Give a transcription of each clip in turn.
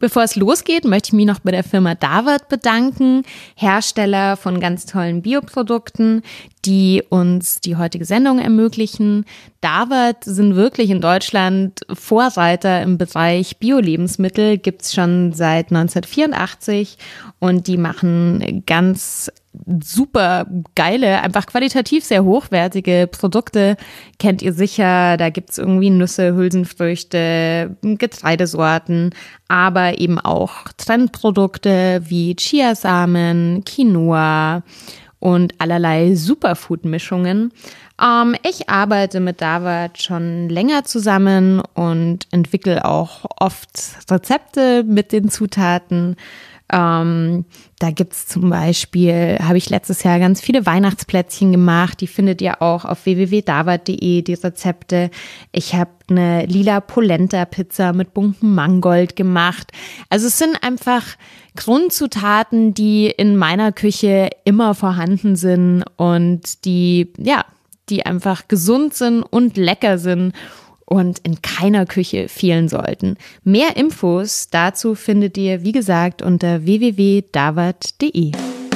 Bevor es losgeht, möchte ich mich noch bei der Firma Davert bedanken, Hersteller von ganz tollen Bioprodukten, die uns die heutige Sendung ermöglichen. Davert sind wirklich in Deutschland Vorreiter im Bereich Bio-Lebensmittel, gibt's schon seit 1984 und die machen ganz super geile, einfach qualitativ sehr hochwertige Produkte. Kennt ihr sicher, da gibt's irgendwie Nüsse, Hülsenfrüchte, Getreidesorten, aber eben auch Trendprodukte wie Chiasamen, Quinoa und allerlei Superfood-Mischungen. Ich arbeite mit Davert schon länger zusammen und entwickle auch oft Rezepte mit den Zutaten. Da gibt's zum Beispiel, habe ich letztes Jahr ganz viele Weihnachtsplätzchen gemacht. Die findet ihr auch auf www.davert.de, die Rezepte. Ich habe eine lila Polenta-Pizza mit buntem Mangold gemacht. Also es sind einfach Grundzutaten, die in meiner Küche immer vorhanden sind und die einfach gesund sind und lecker sind und in keiner Küche fehlen sollten. Mehr Infos dazu findet ihr, wie gesagt, unter www.davert.de.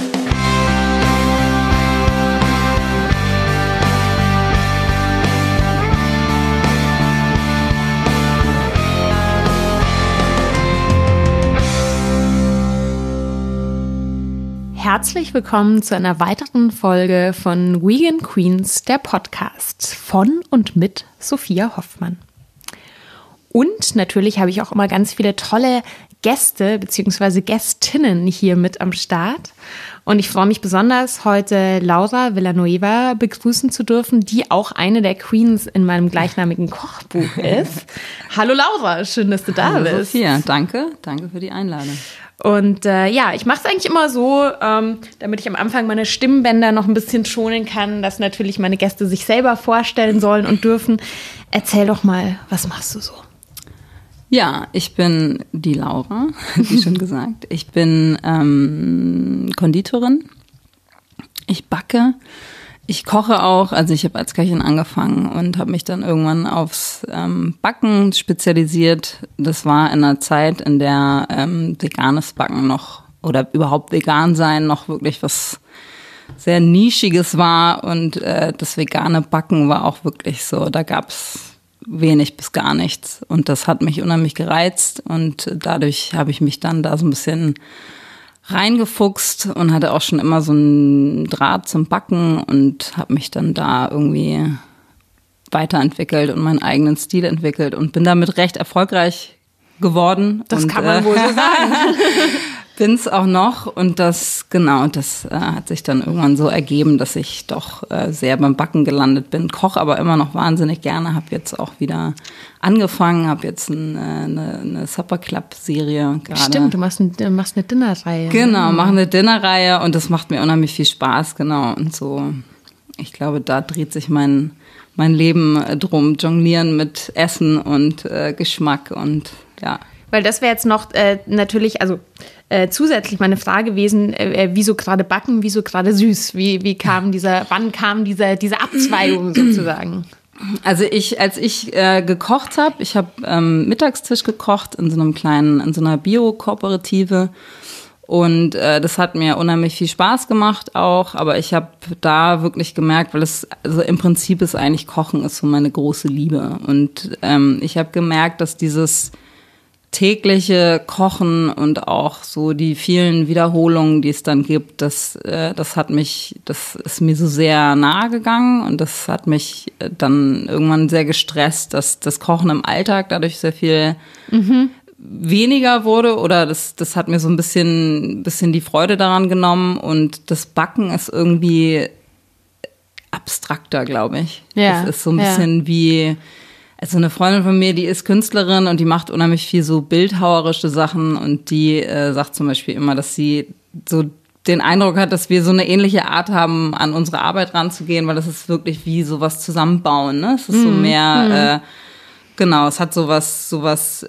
Herzlich willkommen zu einer weiteren Folge von Vegan Queens, der Podcast von und mit Sophia Hoffmann. Und natürlich habe ich auch immer ganz viele tolle Gäste bzw. Gästinnen hier mit am Start. Und ich freue mich besonders, heute Laura Villanueva begrüßen zu dürfen, die auch eine der Queens in meinem gleichnamigen Kochbuch ist. Hallo Laura, schön, dass du da bist. Sophia, danke für die Einladung. Und ich mache es eigentlich immer so, damit ich am Anfang meine Stimmbänder noch ein bisschen schonen kann, dass natürlich meine Gäste sich selber vorstellen sollen und dürfen. Erzähl doch mal, was machst du so? Ja, ich bin die Laura, wie schon gesagt. Ich bin Konditorin. Ich backe. Ich koche auch, also ich habe als Köchin angefangen und habe mich dann irgendwann aufs Backen spezialisiert. Das war in einer Zeit, in der veganes Backen noch oder überhaupt vegan sein noch wirklich was sehr Nischiges war und das vegane Backen war auch wirklich so, da gab's wenig bis gar nichts und das hat mich unheimlich gereizt und dadurch habe ich mich dann da so ein bisschen reingefuchst und hatte auch schon immer so einen Draht zum Backen und habe mich dann da irgendwie weiterentwickelt und meinen eigenen Stil entwickelt und bin damit recht erfolgreich geworden. Das und, kann man wohl so sagen. Bin's auch noch und das hat sich dann irgendwann so ergeben, dass ich doch sehr beim Backen gelandet bin. Koche aber immer noch wahnsinnig gerne, habe jetzt auch wieder angefangen, habe jetzt eine Supper Club Serie gerade. Stimmt, du machst eine Dinnerreihe. Genau, mache eine Dinnerreihe und das macht mir unheimlich viel Spaß, genau. Und so, ich glaube, da dreht sich mein Leben drum, Jonglieren mit Essen und Geschmack und ja. Weil das wäre jetzt noch natürlich, also zusätzlich meine Frage gewesen, wieso gerade backen, wieso gerade süß? Wann kam diese Abzweigung sozusagen? Also als ich gekocht habe, ich habe Mittagstisch gekocht in so einer Bio-Kooperative und das hat mir unheimlich viel Spaß gemacht auch, aber ich habe da wirklich gemerkt, weil also im Prinzip ist eigentlich Kochen ist so meine große Liebe und ich habe gemerkt, dass dieses tägliche Kochen und auch so die vielen Wiederholungen, die es dann gibt, das ist mir so sehr nahe gegangen und das hat mich dann irgendwann sehr gestresst, dass das Kochen im Alltag dadurch sehr viel weniger wurde oder das hat mir so ein bisschen die Freude daran genommen und das Backen ist irgendwie abstrakter, glaube ich. Ja, das ist so ein bisschen wie also eine Freundin von mir, die ist Künstlerin und die macht unheimlich viel so bildhauerische Sachen und die sagt zum Beispiel immer, dass sie so den Eindruck hat, dass wir so eine ähnliche Art haben, an unsere Arbeit ranzugehen, weil das ist wirklich wie sowas zusammenbauen, ne? Es ist so mehr, genau, es hat sowas,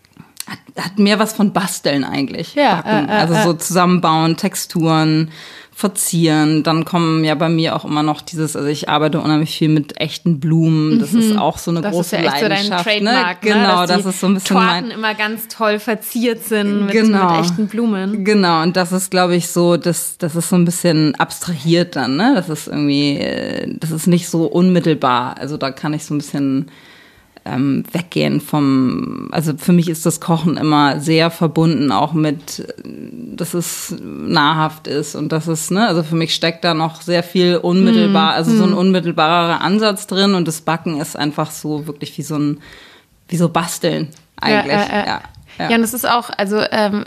hat mehr was von Basteln eigentlich. Ja, also so zusammenbauen, Texturen, verzieren. Dann kommen ja bei mir auch immer noch also ich arbeite unheimlich viel mit echten Blumen. Das ist auch so eine große Leidenschaft. Das ist ja echt so dein Trademark, ne? Genau, dass das ist so ein bisschen Torten immer ganz toll verziert sind mit echten Blumen. Genau, und das ist, glaube ich, so, das ist so ein bisschen abstrahiert dann, ne? Das ist irgendwie, das ist nicht so unmittelbar. Also da kann ich so ein bisschen weggehen also für mich ist das Kochen immer sehr verbunden auch mit, dass es nahrhaft ist und dass es, ne, also für mich steckt da noch sehr viel unmittelbar, also so ein unmittelbarer Ansatz drin und das Backen ist einfach so wirklich wie so Basteln eigentlich. Ja, und das ist auch, also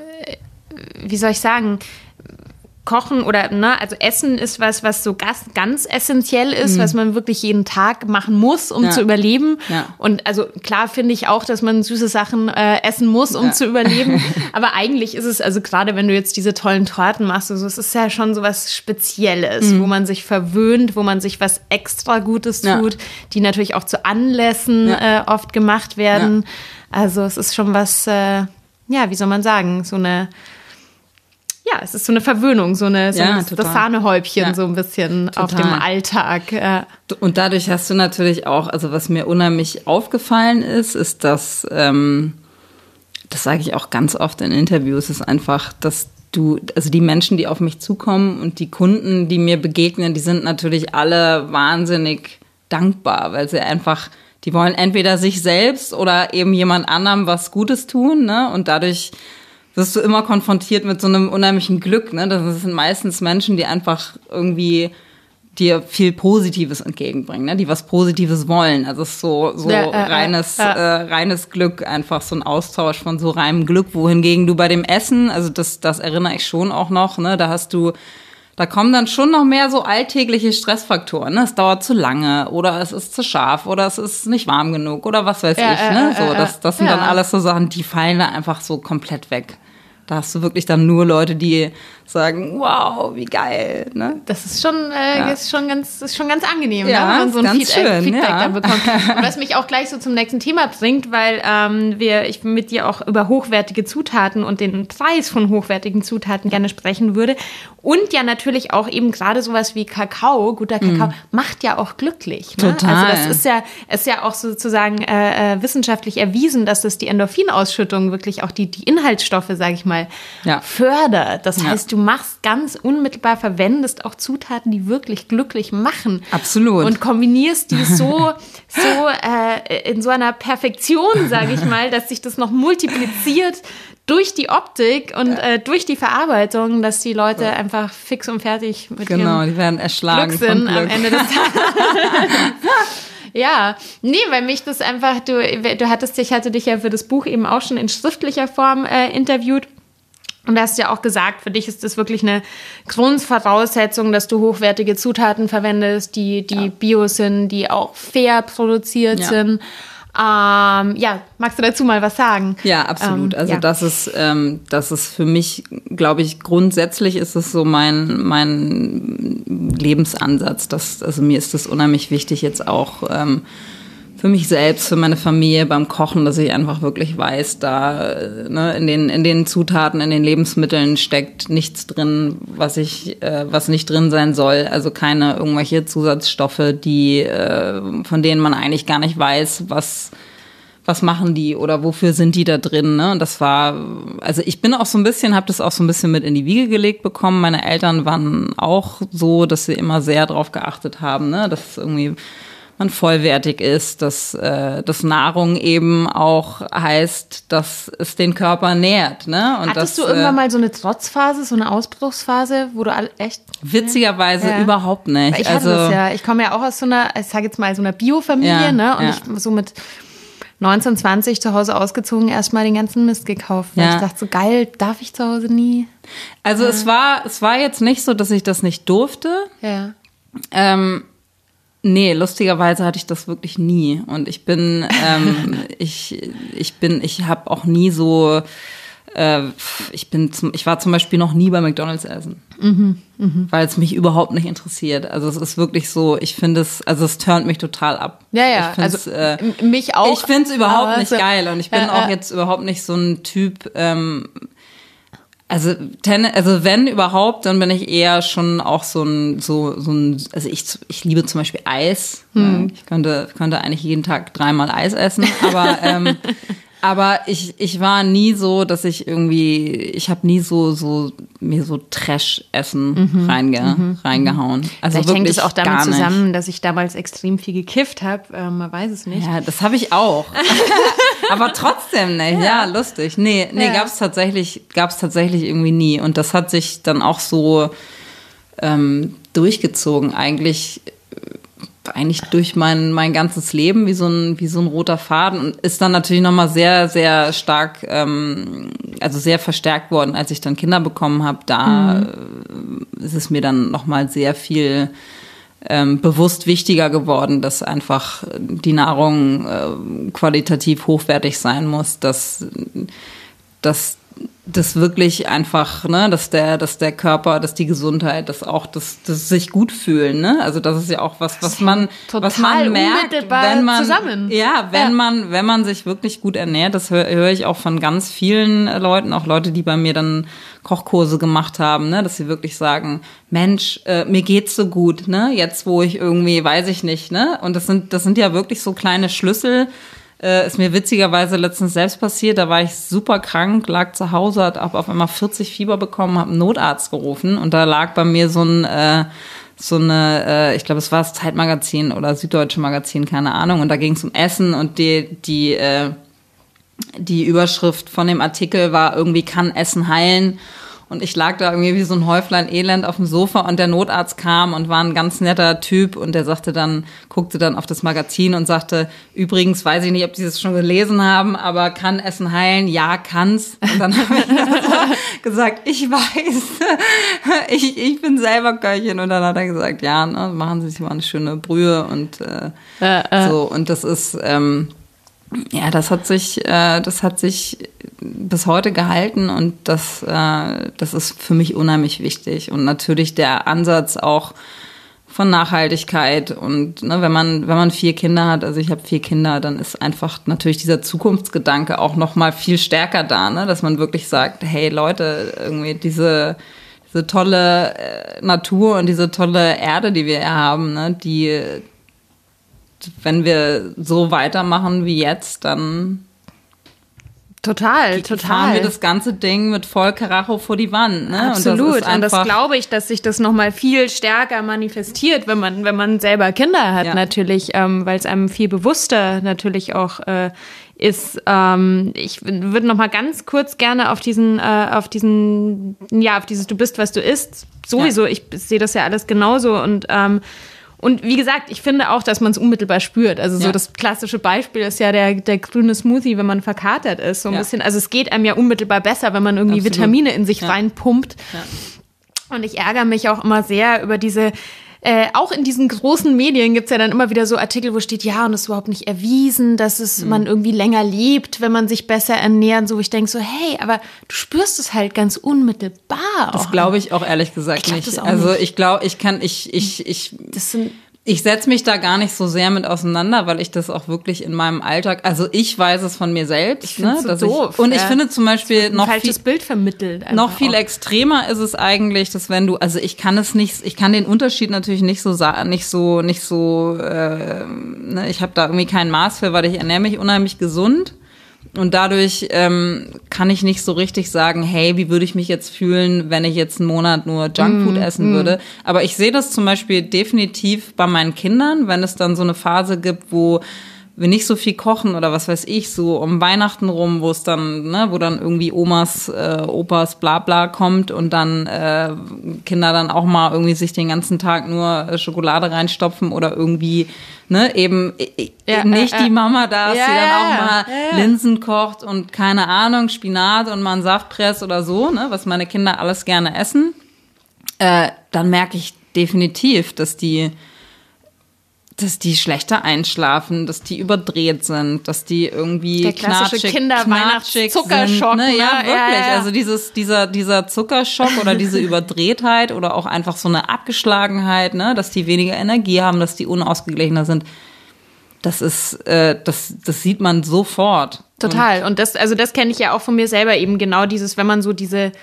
wie soll ich sagen, Kochen oder, ne, also Essen ist was so ganz essentiell ist, was man wirklich jeden Tag machen muss, um zu überleben. Ja. Und also klar finde ich auch, dass man süße Sachen essen muss, um zu überleben. Aber eigentlich ist es, also gerade wenn du jetzt diese tollen Torten machst, also es ist ja schon so was Spezielles, wo man sich verwöhnt, wo man sich was extra Gutes tut, die natürlich auch zu Anlässen oft gemacht werden. Ja. Also es ist schon was, wie soll man sagen, es ist so eine Verwöhnung, das Sahnehäubchen so ein bisschen auf dem Alltag. Ja. Und dadurch hast du natürlich auch, also was mir unheimlich aufgefallen ist, dass, das sage ich auch ganz oft in Interviews, ist einfach, dass also die Menschen, die auf mich zukommen und die Kunden, die mir begegnen, die sind natürlich alle wahnsinnig dankbar, weil sie einfach, die wollen entweder sich selbst oder eben jemand anderem was Gutes tun, ne? Und dadurch wirst du immer konfrontiert mit so einem unheimlichen Glück, ne? Das sind meistens Menschen, die einfach irgendwie dir viel Positives entgegenbringen, ne? Die was Positives wollen. Also es ist so reines Glück, einfach so ein Austausch von so reinem Glück, wohingegen du bei dem Essen, also das erinnere ich schon auch noch, ne? Da kommen dann schon noch mehr so alltägliche Stressfaktoren, ne? Es dauert zu lange oder es ist zu scharf oder es ist nicht warm genug oder was weiß ich, ne? Das sind dann alles so Sachen, die fallen da einfach so komplett weg. Da hast du wirklich dann nur Leute, die sagen, wow, wie geil, ne? Das ist schon ganz angenehm, ja, ne? Wenn man so ein Feedback ja. dann bekommt. Und was mich auch gleich so zum nächsten Thema bringt, weil ich mit dir auch über hochwertige Zutaten und den Preis von hochwertigen Zutaten gerne sprechen würde. Und ja natürlich auch eben gerade sowas wie Kakao, guter Kakao, macht ja auch glücklich. Ne? Total. Also das ist ja auch sozusagen wissenschaftlich erwiesen, dass das die Endorphinausschüttung wirklich auch die Inhaltsstoffe, sage ich mal, fördert. Das heißt, du machst ganz unmittelbar, verwendest auch Zutaten, die wirklich glücklich machen. Absolut. Und kombinierst die so in so einer Perfektion, sage ich mal, dass sich das noch multipliziert durch die Optik und durch die Verarbeitung, dass die Leute einfach fix und fertig mit die werden erschlagen Glück sind am Ende des Tages. Ja, nee, weil mich das einfach, ich hatte dich ja für das Buch eben auch schon in schriftlicher Form interviewt. Und du hast ja auch gesagt, für dich ist das wirklich eine Grundvoraussetzung, dass du hochwertige Zutaten verwendest, die bio sind, die auch fair produziert sind. Magst du dazu mal was sagen? Ja, absolut. Das ist für mich, glaube ich, grundsätzlich ist es so mein Lebensansatz. Also mir ist das unheimlich wichtig jetzt auch für mich selbst, für meine Familie beim Kochen, dass ich einfach wirklich weiß, da in den Zutaten, in den Lebensmitteln steckt nichts drin, was nicht drin sein soll. Also keine irgendwelche Zusatzstoffe, von denen man eigentlich gar nicht weiß, was machen die oder wofür sind die da drin, ne? Und das also ich bin auch so ein bisschen, habe das auch so ein bisschen mit in die Wiege gelegt bekommen. Meine Eltern waren auch so, dass sie immer sehr drauf geachtet haben, ne? Dass irgendwie man vollwertig ist, dass Nahrung eben auch heißt, dass es den Körper nährt. Ne? Und hattest du irgendwann mal so eine Trotzphase, so eine Ausbruchsphase, wo du echt... Witzigerweise überhaupt nicht. Weil ich hatte das ja. Ich komme ja auch aus so einer, ich sage jetzt mal, so einer Bio-Familie, ne? Und ich so mit 19, 20 zu Hause ausgezogen, erstmal den ganzen Mist gekauft. Weil ich dachte, so geil, darf ich zu Hause nie. Also es war jetzt nicht so, dass ich das nicht durfte. Ja. Nee, lustigerweise hatte ich das wirklich nie. Und ich bin, ich habe auch nie so, ich war zum Beispiel noch nie bei McDonald's essen. Weil es mich überhaupt nicht interessiert. Also es ist wirklich so, ich finde es, also es turnt mich total ab. Ja, also mich auch. Ich finde es überhaupt nicht geil und ich bin auch jetzt überhaupt nicht so ein Typ, Also wenn überhaupt, dann bin ich eher schon auch so ein, also ich liebe zum Beispiel Eis. Ich könnte eigentlich jeden Tag 3-mal Eis essen, aber ich war nie so, dass ich habe nie mir so Trash-Essen reingehauen. Also vielleicht wirklich hängt es auch damit gar nicht zusammen, dass ich damals extrem viel gekifft habe. Man weiß es nicht. Ja, das habe ich auch. Aber trotzdem nicht. Ja, lustig. Nee, gab's tatsächlich irgendwie nie. Und das hat sich dann auch so durchgezogen. Eigentlich durch mein ganzes Leben wie so ein roter Faden und ist dann natürlich nochmal sehr, sehr stark, also sehr verstärkt worden, als ich dann Kinder bekommen habe. Da ist es mir dann nochmal sehr viel bewusst wichtiger geworden, dass einfach die Nahrung qualitativ hochwertig sein muss, dass das wirklich einfach, ne, dass der Körper, dass die Gesundheit, dass sich gut fühlen, ne? Also das ist ja auch was man merkt, wenn man sich wirklich gut ernährt. Das höre ich auch von ganz vielen Leuten, auch Leute, die bei mir dann Kochkurse gemacht haben, ne, dass sie wirklich sagen, Mensch, mir geht's so gut, ne? Jetzt, wo ich irgendwie, weiß ich nicht, ne? Und das sind ja wirklich so kleine Schlüssel. Ist mir witzigerweise letztens selbst passiert, da war ich super krank, lag zu Hause, hab auf einmal 40 Fieber bekommen, hab einen Notarzt gerufen und da lag bei mir so eine, ich glaube, es war das Zeitmagazin oder Süddeutsche Magazin, keine Ahnung, und da ging es um Essen und die Überschrift von dem Artikel war irgendwie, kann Essen heilen? Und ich lag da irgendwie wie so ein Häuflein Elend auf dem Sofa und der Notarzt kam und war ein ganz netter Typ und der guckte dann auf das Magazin und sagte, übrigens, weiß ich nicht, ob die das schon gelesen haben, aber kann Essen heilen? Ja, kann's. Und dann habe ich gesagt, ich weiß, ich bin selber Köchin. Und dann hat er gesagt, ja, ne, machen Sie sich mal eine schöne Brühe und so. Und das ist, ja, das hat sich bis heute gehalten und das ist für mich unheimlich wichtig. Und natürlich der Ansatz auch von Nachhaltigkeit und ne, wenn man 4 Kinder hat, also ich habe 4 Kinder, dann ist einfach natürlich dieser Zukunftsgedanke auch noch mal viel stärker da, ne, dass man wirklich sagt, hey Leute, irgendwie diese tolle Natur und diese tolle Erde, die wir hier haben, ne, wenn wir so weitermachen wie jetzt, dann Total. fahren wir das ganze Ding mit voll Karacho vor die Wand. Ne? Absolut. Und das glaube ich, dass sich das nochmal viel stärker manifestiert, wenn man selber Kinder hat, natürlich, weil es einem viel bewusster natürlich auch ist. Ich würde noch mal ganz kurz gerne auf dieses Du bist, was du isst. Sowieso, ich sehe das ja alles genauso und wie gesagt, ich finde auch, dass man es unmittelbar spürt. Also so das klassische Beispiel ist ja der grüne Smoothie, wenn man verkatert ist. So ein bisschen. Also es geht einem ja unmittelbar besser, wenn man irgendwie Vitamine in sich reinpumpt. Ja. Und ich ärgere mich auch immer sehr über diese auch in diesen großen Medien gibt's ja dann immer wieder so Artikel, wo steht, ja, und es ist überhaupt nicht erwiesen, dass man irgendwie länger lebt, wenn man sich besser ernährt. So, wo ich denke so, hey, aber du spürst es halt ganz unmittelbar. Das glaube ich auch ehrlich gesagt nicht. Also ich glaube, ich setze mich da gar nicht so sehr mit auseinander, weil ich das auch wirklich in meinem Alltag, also ich weiß es von mir selbst. Ich finde es so doof. Und ich finde zum Beispiel noch ein falsches Bild vermittelt. Noch viel extremer ist es eigentlich, dass wenn du, also ich kann den Unterschied natürlich nicht so, ne, ich habe da irgendwie kein Maß für, weil ich ernähre mich unheimlich gesund. Und dadurch kann ich nicht so richtig sagen, hey, wie würde ich mich jetzt fühlen, wenn ich jetzt einen Monat nur Junkfood essen würde. Aber ich sehe das zum Beispiel definitiv bei meinen Kindern, wenn es dann so eine Phase gibt, wo wir nicht so viel kochen oder was weiß ich, so um Weihnachten rum, wo es dann, ne, wo dann irgendwie Omas, Opas, bla bla kommt und dann Kinder dann auch mal irgendwie sich den ganzen Tag nur Schokolade reinstopfen oder irgendwie, ne, eben nicht die Mama da ist, die dann auch mal Linsen kocht und keine Ahnung, Spinat und mal einen Saft presst oder so, ne, was meine Kinder alles gerne essen, dann merke ich definitiv, dass die schlechter einschlafen, dass die überdreht sind, dass die irgendwie der klassische Kinderweihnachts-Zuckerschock, ne? Ja, wirklich. Ja. Also dieser Zuckerschock oder diese Überdrehtheit oder auch einfach so eine Abgeschlagenheit, ne, dass die weniger Energie haben, dass die unausgeglichener sind. Das ist, das sieht man sofort. Total. Und das kenne ich ja auch von mir selber eben genau dieses, wenn man so diese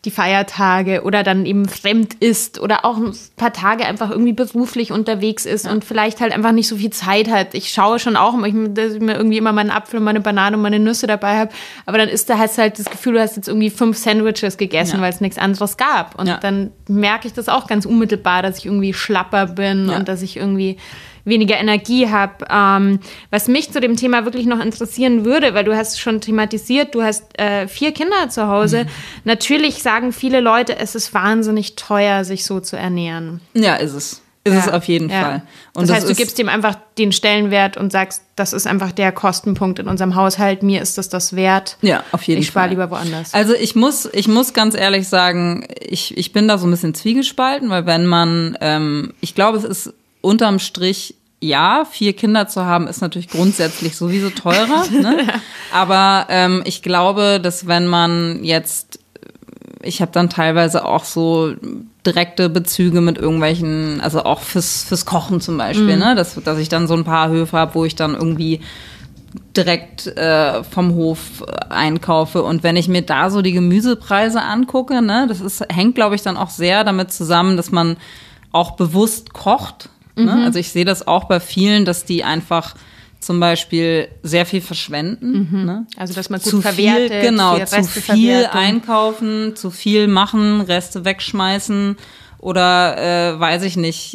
die Feiertage oder dann eben fremd ist oder auch ein paar Tage einfach irgendwie beruflich unterwegs ist und vielleicht halt einfach nicht so viel Zeit hat. Ich schaue schon auch, dass ich mir irgendwie immer meinen Apfel, meine Banane und meine Nüsse dabei habe, aber dann hast du halt das Gefühl, du hast jetzt irgendwie 5 Sandwiches gegessen, weil es nichts anderes gab. Und dann merke ich das auch ganz unmittelbar, dass ich irgendwie schlapper bin und dass ich irgendwie weniger Energie habe. Was mich zu dem Thema wirklich noch interessieren würde, weil du hast schon thematisiert, du hast 4 Kinder zu Hause. Natürlich sagen viele Leute, es ist wahnsinnig teuer, sich so zu ernähren. Ja, ist es. Ist es auf jeden Fall. Und das heißt, du gibst dem einfach den Stellenwert und sagst, das ist einfach der Kostenpunkt in unserem Haushalt, mir ist das wert. Ja, auf jeden Fall. Ich spare lieber woanders. Also ich muss ganz ehrlich sagen, ich bin da so ein bisschen zwiegespalten, weil wenn man, ich glaube, es ist unterm Strich, 4 Kinder zu haben, ist natürlich grundsätzlich sowieso teurer. Ne? Aber ich glaube, dass wenn man jetzt, ich habe dann teilweise auch so direkte Bezüge mit irgendwelchen, also auch fürs Kochen zum Beispiel, ne? Dass ich dann so ein paar Höfe habe, wo ich dann irgendwie direkt vom Hof einkaufe. Und wenn ich mir da so die Gemüsepreise angucke, ne, hängt, glaube ich, dann auch sehr damit zusammen, dass man auch bewusst kocht. Ne? Also ich sehe das auch bei vielen, dass die einfach zum Beispiel sehr viel verschwenden. Ne? Also dass man gut verwertet, zu viel einkaufen, zu viel machen, Reste wegschmeißen oder weiß ich nicht,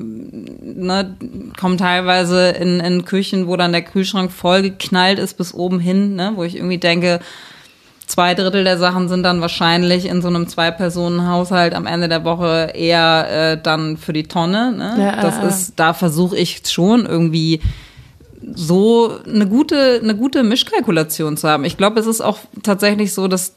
ne, kommen teilweise in Küchen, wo dann der Kühlschrank voll geknallt ist bis oben hin, ne, wo ich irgendwie denke, 2/3 der Sachen sind dann wahrscheinlich in so einem 2-Personen-Haushalt am Ende der Woche eher dann für die Tonne. Ne? Da versuche ich schon irgendwie so eine gute Mischkalkulation zu haben. Ich glaube, es ist auch tatsächlich so, dass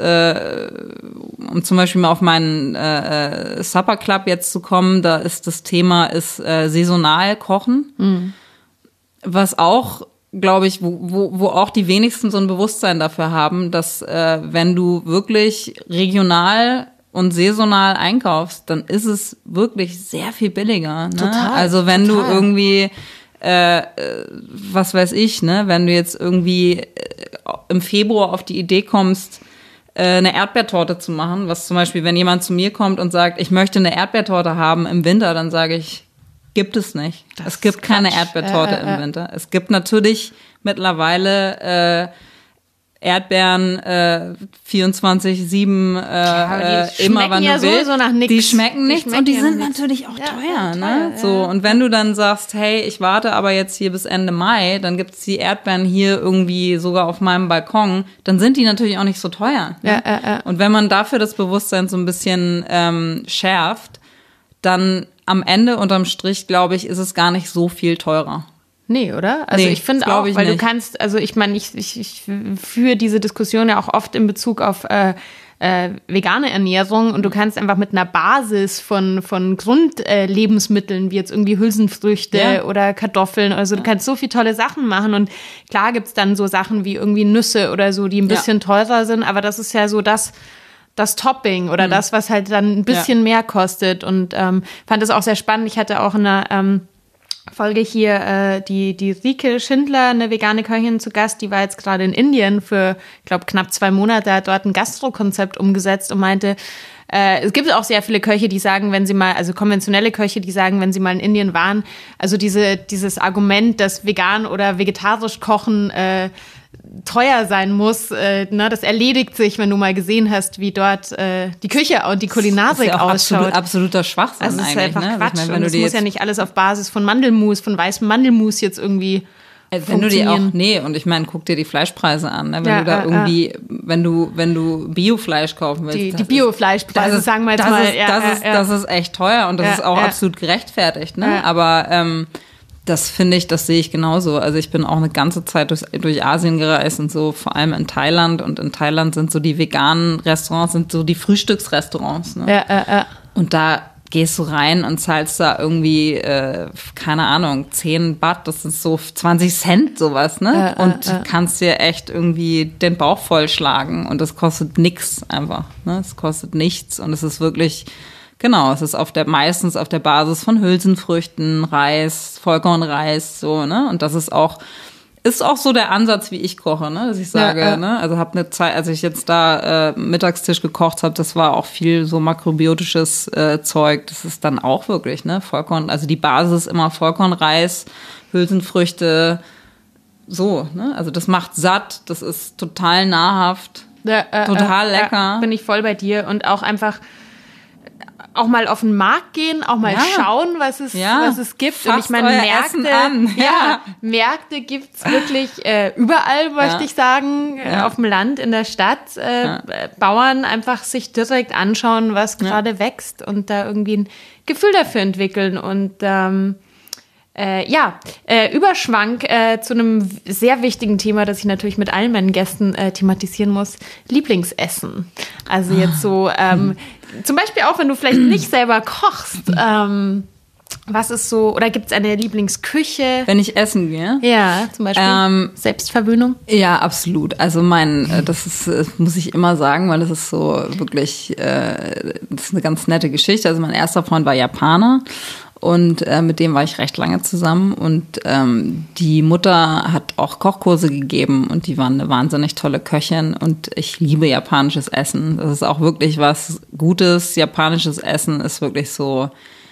um zum Beispiel mal auf meinen Supper Club jetzt zu kommen, da ist das Thema saisonal kochen, was auch, glaube ich, wo auch die wenigsten so ein Bewusstsein dafür haben, dass wenn du wirklich regional und saisonal einkaufst, dann ist es wirklich sehr viel billiger. Ne? Total. Also wenn du irgendwie was weiß ich, ne, wenn du jetzt irgendwie im Februar auf die Idee kommst, eine Erdbeertorte zu machen, was zum Beispiel, wenn jemand zu mir kommt und sagt, ich möchte eine Erdbeertorte haben im Winter, dann sage ich, gibt es nicht. Es gibt keine Erdbeertorte im Winter. Es gibt natürlich mittlerweile Erdbeeren 24/7 immer wann du willst. Die schmecken nichts und die sind natürlich auch teuer, ne? So, und wenn du dann sagst, hey, ich warte aber jetzt hier bis Ende Mai, dann gibt's die Erdbeeren hier irgendwie sogar auf meinem Balkon, dann sind die natürlich auch nicht so teuer. Ne? Und wenn man dafür das Bewusstsein so ein bisschen schärft, dann am Ende unterm Strich, glaube ich, ist es gar nicht so viel teurer. Nee, oder? Also ich finde auch, weil du kannst, also ich meine, ich führe diese Diskussion ja auch oft in Bezug auf vegane Ernährung und du kannst einfach mit einer Basis von Grundlebensmitteln, wie jetzt irgendwie Hülsenfrüchte oder Kartoffeln, also du kannst so viele tolle Sachen machen und klar gibt's dann so Sachen wie irgendwie Nüsse oder so, die ein bisschen teurer sind, aber das ist ja so das Topping oder das, was halt dann ein bisschen mehr kostet und fand das auch sehr spannend. Ich hatte auch eine Folge hier die Rike Schindler, eine vegane Köchin zu Gast, die war jetzt gerade in Indien für, ich glaube, knapp 2 Monate, hat dort ein Gastro-Konzept umgesetzt und meinte, es gibt auch sehr viele Köche, die sagen, wenn sie mal, also konventionelle Köche, die sagen, wenn sie mal in Indien waren, also dieses Argument, dass vegan oder vegetarisch kochen teuer sein muss, das erledigt sich, wenn du mal gesehen hast, wie dort die Küche und die Kulinarik ausschaut. Absoluter Schwachsinn also es ist eigentlich. Einfach Quatsch. Ich meine, und es muss ja nicht alles auf Basis von Mandelmus, von weißem Mandelmus jetzt irgendwie wenn du die auch, und ich meine, guck dir die Fleischpreise an, ne? Wenn du da irgendwie, wenn du Biofleisch kaufen willst. Die Biofleischpreise, sagen wir jetzt mal. Das ist echt teuer und das ist auch absolut gerechtfertigt, ne? Aber das finde ich, das sehe ich genauso. Also ich bin auch eine ganze Zeit durch Asien gereist und so, vor allem in Thailand. Und in Thailand sind so die veganen Restaurants, sind so die Frühstücksrestaurants. Ne? Und da gehst du rein und zahlst da irgendwie, keine Ahnung, 10 Baht, das ist so 20 Cent sowas, ne? Und kannst dir echt irgendwie den Bauch vollschlagen. Und das kostet nix einfach, ne? Es kostet nichts und es ist wirklich... Genau, es ist meistens auf der Basis von Hülsenfrüchten, Reis, Vollkornreis, so, ne? Und das ist ist auch so der Ansatz, wie ich koche, ne? Dass ich sage, ne? Also habe eine Zeit, als ich jetzt da Mittagstisch gekocht habe, das war auch viel so makrobiotisches Zeug. Das ist dann auch wirklich, ne? Vollkorn, also die Basis ist immer Vollkornreis, Hülsenfrüchte, so, ne? Also das macht satt, das ist total nahrhaft, total lecker. Bin ich voll bei dir und auch einfach auch mal auf den Markt gehen, auch mal schauen, was es gibt. Fasst und ich meine, Märkte gibt's wirklich überall, möchte ich sagen, auf dem Land, in der Stadt. Bauern einfach sich direkt anschauen, was gerade wächst und da irgendwie ein Gefühl dafür entwickeln. Und Überschwank zu einem sehr wichtigen Thema, das ich natürlich mit allen meinen Gästen thematisieren muss, Lieblingsessen. Also jetzt so, zum Beispiel auch, wenn du vielleicht nicht selber kochst, was ist so, oder gibt es eine Lieblingsküche? Wenn ich essen gehe? Ja, zum Beispiel Selbstverwöhnung? Ja, absolut. Also das muss ich immer sagen, weil das ist so wirklich, das ist eine ganz nette Geschichte. Also mein erster Freund war Japaner. Und mit dem war ich recht lange zusammen und die Mutter hat auch Kochkurse gegeben und die waren eine wahnsinnig tolle Köchin und ich liebe japanisches Essen. Das ist auch wirklich was Gutes. Japanisches Essen ist wirklich so,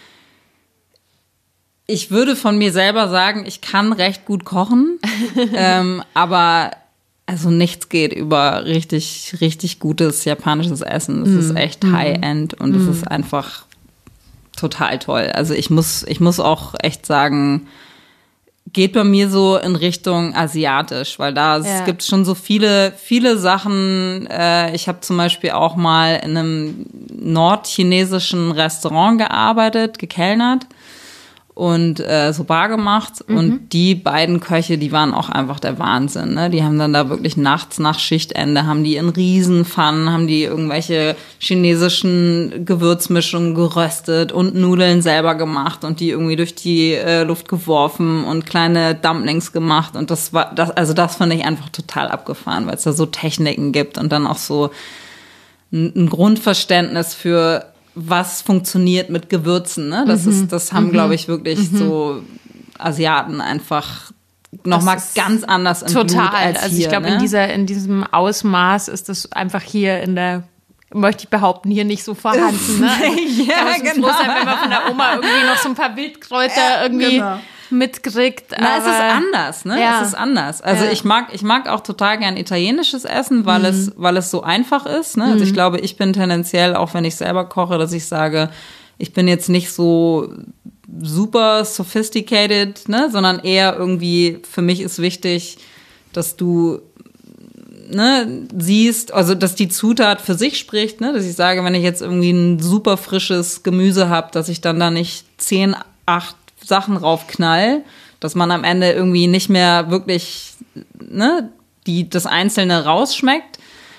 ich würde von mir selber sagen, ich kann recht gut kochen, aber also nichts geht über richtig, richtig gutes japanisches Essen. Das ist echt High-End und es ist einfach total toll. Also ich muss auch echt sagen, geht bei mir so in Richtung asiatisch, weil da gibt es schon so viele Sachen. Ich habe zum Beispiel auch mal in einem nordchinesischen Restaurant gearbeitet, gekellnert und so Bar gemacht. Und die beiden Köche, die waren auch einfach der Wahnsinn. Ne? Die haben dann da wirklich nachts nach Schichtende, haben die in Riesenpfannen, haben die irgendwelche chinesischen Gewürzmischungen geröstet und Nudeln selber gemacht und die irgendwie durch die Luft geworfen und kleine Dumplings gemacht. Und das fand ich einfach total abgefahren, weil es da so Techniken gibt und dann auch so ein Grundverständnis für was funktioniert mit Gewürzen, ne? Das haben, glaube ich, wirklich so Asiaten einfach nochmal ganz anders im Blut als also hier, ich glaube, ne? in diesem Ausmaß ist das einfach hier möchte ich behaupten, hier nicht so vorhanden, ne? Also, genau. Froh sein, wenn man von der Oma irgendwie noch so ein paar Wildkräuter mitkriegt. Na, es ist anders, ne? Ja. Es ist anders. Also ich mag auch total gern italienisches Essen, weil es so einfach ist, ne? Also ich glaube, ich bin tendenziell, auch wenn ich selber koche, dass ich sage, ich bin jetzt nicht so super sophisticated, ne? Sondern eher irgendwie, für mich ist wichtig, dass du siehst, also dass die Zutat für sich spricht, ne? Dass ich sage, wenn ich jetzt irgendwie ein super frisches Gemüse habe, dass ich dann da nicht 10, 8 Sachen raufknall, dass man am Ende irgendwie nicht mehr wirklich das Einzelne rausschmeckt.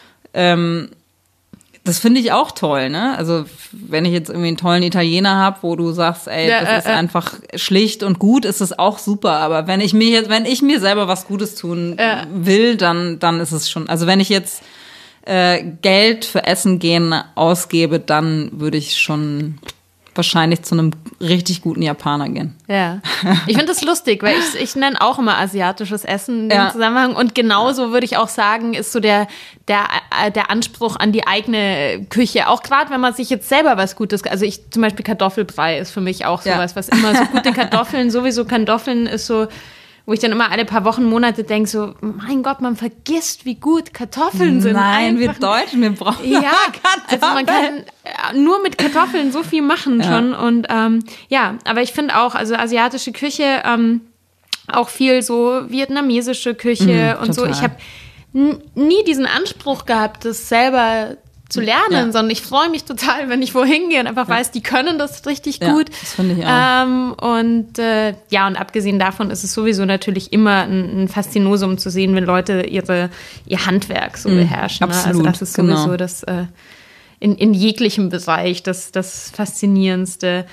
Das finde ich auch toll, ne? Also wenn ich jetzt irgendwie einen tollen Italiener habe, wo du sagst, ey, das ist einfach schlicht und gut, ist es auch super. Aber wenn ich mir selber was Gutes tun will, dann ist es schon. Also wenn ich jetzt Geld für Essen gehen ausgebe, dann würde ich schon wahrscheinlich zu einem richtig guten Japaner gehen. Ja, ich finde das lustig, weil ich nenne auch immer asiatisches Essen in dem Zusammenhang und genauso würde ich auch sagen, ist so der Anspruch an die eigene Küche, auch gerade wenn man sich jetzt selber was Gutes, also ich zum Beispiel Kartoffelbrei ist für mich auch sowas, was immer so gute Kartoffeln ist so, wo ich dann immer alle paar Wochen, Monate denke, so, mein Gott, man vergisst, wie gut Kartoffeln sind. Nein, wir Deutschen, wir brauchen Kartoffeln. Also man kann nur mit Kartoffeln so viel machen schon. Und aber ich finde auch, also asiatische Küche, auch viel so vietnamesische Küche und total. So. Ich habe nie diesen Anspruch gehabt, das selber zu lernen, sondern ich freue mich total, wenn ich wohin gehe und einfach weiß, die können das richtig gut. Das finde ich auch. Und abgesehen davon ist es sowieso natürlich immer ein Faszinosum zu sehen, wenn Leute ihr Handwerk so beherrschen. Absolut, ne? Also das ist sowieso das in jeglichem Bereich das Faszinierendste.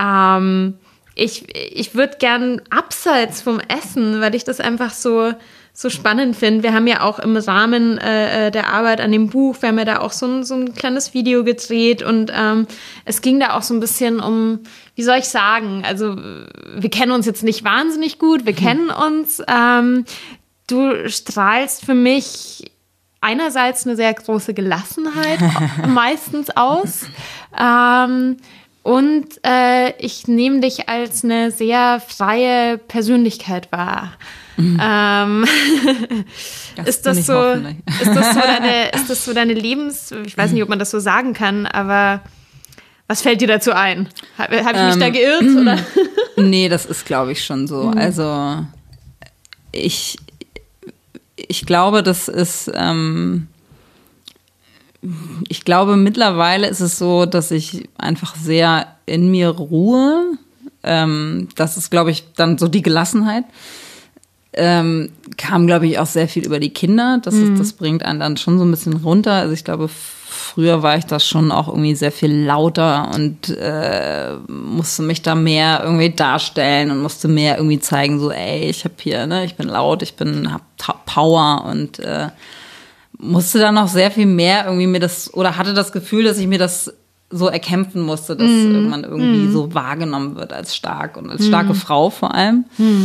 Ich würde gern abseits vom Essen, weil ich das einfach so spannend finde. Wir haben ja auch im Rahmen der Arbeit an dem Buch, wir haben ja da auch so ein kleines Video gedreht und es ging da auch so ein bisschen um, wie soll ich sagen, also wir kennen uns jetzt nicht wahnsinnig gut, wir kennen uns, du strahlst für mich einerseits eine sehr große Gelassenheit meistens aus. Und ich nehme dich als eine sehr freie Persönlichkeit wahr. Ist das so deine ich weiß nicht, ob man das so sagen kann, aber was fällt dir dazu ein? Habe ich mich da geirrt? Oder? Nee, das ist, glaube ich, schon so. Also ich glaube, das ist, ich glaube, mittlerweile ist es so, dass ich einfach sehr in mir ruhe. Das ist, glaube ich, dann so die Gelassenheit. Kam, glaube ich, auch sehr viel über die Kinder. Das bringt einen dann schon so ein bisschen runter. Also ich glaube, früher war ich da schon auch irgendwie sehr viel lauter und musste mich da mehr irgendwie darstellen und musste mehr irgendwie zeigen, so, ey, ich habe hier, ne, ich bin laut, hab Power und musste dann noch sehr viel mehr irgendwie hatte das Gefühl, dass ich mir das so erkämpfen musste, dass man irgendwie so wahrgenommen wird als stark und als starke Frau vor allem.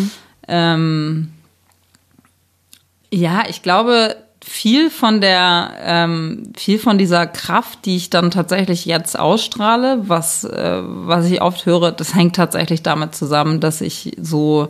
Ja, ich glaube, viel von dieser Kraft, die ich dann tatsächlich jetzt ausstrahle, was ich oft höre, das hängt tatsächlich damit zusammen, dass ich so